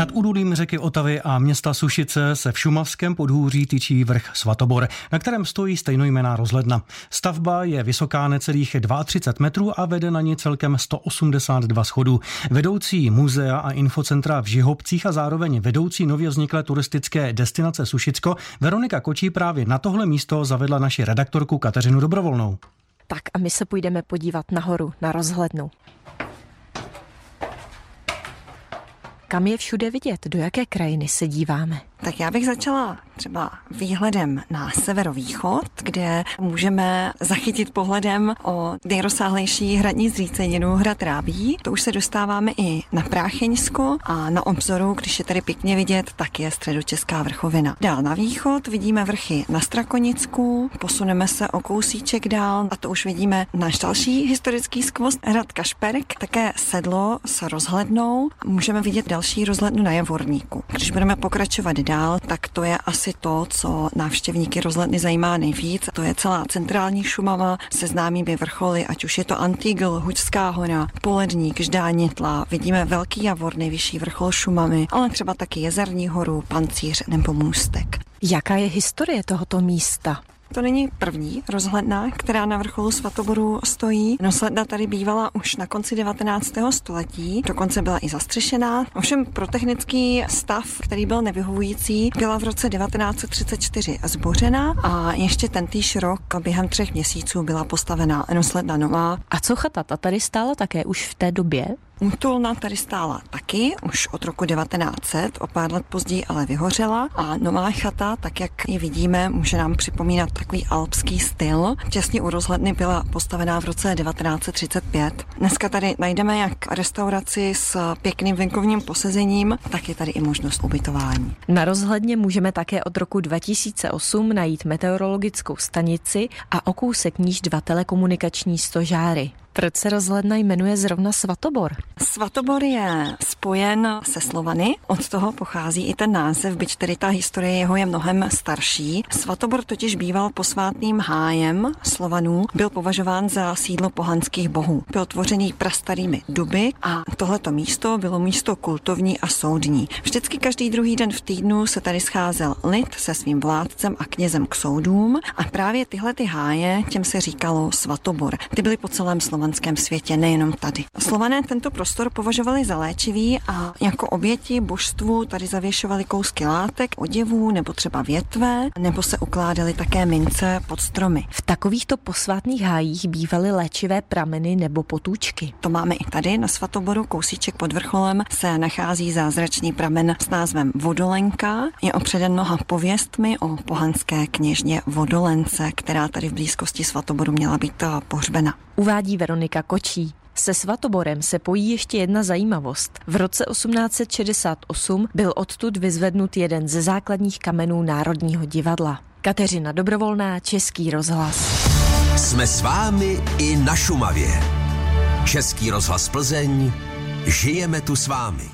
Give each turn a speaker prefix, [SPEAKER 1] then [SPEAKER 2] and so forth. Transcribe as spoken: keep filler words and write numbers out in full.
[SPEAKER 1] Nad údolím řeky Otavy a města Sušice se v šumavském podhůří tyčí vrch Svatobor, na kterém stojí stejnojmenná rozhledna. Stavba je vysoká necelých třicet dva metrů a vede na ní celkem sto osmdesát dva schodů. Vedoucí muzea a infocentra v Žihobcích a zároveň vedoucí nově vzniklé turistické destinace Sušicko Veronika Kočí právě na tohle místo zavedla naši redaktorku Kateřinu Dobrovolnou.
[SPEAKER 2] Tak a my se půjdeme podívat nahoru na rozhlednu. Kam je všude vidět? Do jaké krajiny se díváme?
[SPEAKER 3] Tak já bych začala třeba výhledem na severovýchod, kde můžeme zachytit pohledem o nejrozsáhlejší hradní zříceninu hrad Rábí. To už se dostáváme i na Prácheňsko a na obzoru, když je tady pěkně vidět, tak je Středočeská vrchovina. Dál na východ vidíme vrchy na Strakonicku, posuneme se o kousíček dál a to už vidíme náš další historický skvost, hrad Kašperk, také sedlo s rozhlednou. Můžeme vidět další rozhlednu na Javorníku. Když budeme pokračovat dál, tak to je asi to, co návštěvníky rozhledny zajímá nejvíc. To je celá centrální Šumava se známými vrcholy, ať už je to Antigl, Hučská hora, Poledník, Ždánitla, vidíme Velký Javor, nejvyšší vrchol Šumavy, ale třeba taky Jezerní horu, Pancíř nebo Můstek.
[SPEAKER 2] Jaká je historie tohoto místa?
[SPEAKER 3] To není první rozhledna, která na vrcholu Svatoboru stojí. Rozhledna tady bývala už na konci devatenáctého století, dokonce byla i zastřešená. Ovšem pro technický stav, který byl nevyhovující, byla v roce devatenáct set třicet čtyři zbořena a ještě tentýž rok během třech měsíců byla postavena rozhledna nová.
[SPEAKER 2] A co chata? Ta tady stála také už v té době?
[SPEAKER 3] Útulna tady stála taky, už od roku devatenáct set, o pár let později ale vyhořela a nová chata, tak jak ji vidíme, může nám připomínat takový alpský styl. Těsně u rozhledny byla postavená v roce devatenáct set třicet pět. Dneska tady najdeme jak restauraci s pěkným venkovním posezením, tak je tady i možnost ubytování.
[SPEAKER 2] Na rozhledně můžeme také od roku dva tisíce osm najít meteorologickou stanici a o kousek níž dva telekomunikační stožáry. Proč se rozhledna jmenuje zrovna Svatobor?
[SPEAKER 3] Svatobor je spojen se Slovany, od toho pochází i ten název, byť tedy ta historie jeho je mnohem starší. Svatobor totiž býval posvátným hájem Slovanů, byl považován za sídlo pohanských bohů. Byl tvořený prastarými duby a tohleto místo bylo místo kultovní a soudní. Vždycky každý druhý den v týdnu se tady scházel lid se svým vládcem a knězem k soudům a právě tyhle ty háje, těm se říkalo Svatobor. Ty byly po celém Slovensku světě, nejenom tady. Slované tento prostor považovali za léčivý a jako oběti božstvu tady zavěšovali kousky látek, oděvů nebo třeba větve, nebo se ukládaly také mince pod stromy.
[SPEAKER 2] V takovýchto posvátných hájích bývaly léčivé prameny nebo potůčky.
[SPEAKER 3] To máme i tady na Svatoboru, kousíček pod vrcholem se nachází zázračný pramen s názvem Vodolenka. Je opředen mnoha pověstmi o pohanské kněžně Vodolence, která tady v blízkosti Svatoboru měla být pohřbena.
[SPEAKER 2] Uvádí Veronika Kočí. Se Svatoborem se pojí ještě jedna zajímavost. V roce osmnáct set šedesát osm byl odtud vyzvednut jeden ze základních kamenů Národního divadla. Kateřina Dobrovolná, Český rozhlas.
[SPEAKER 4] Jsme s vámi i na Šumavě. Český rozhlas Plzeň, žijeme tu s vámi.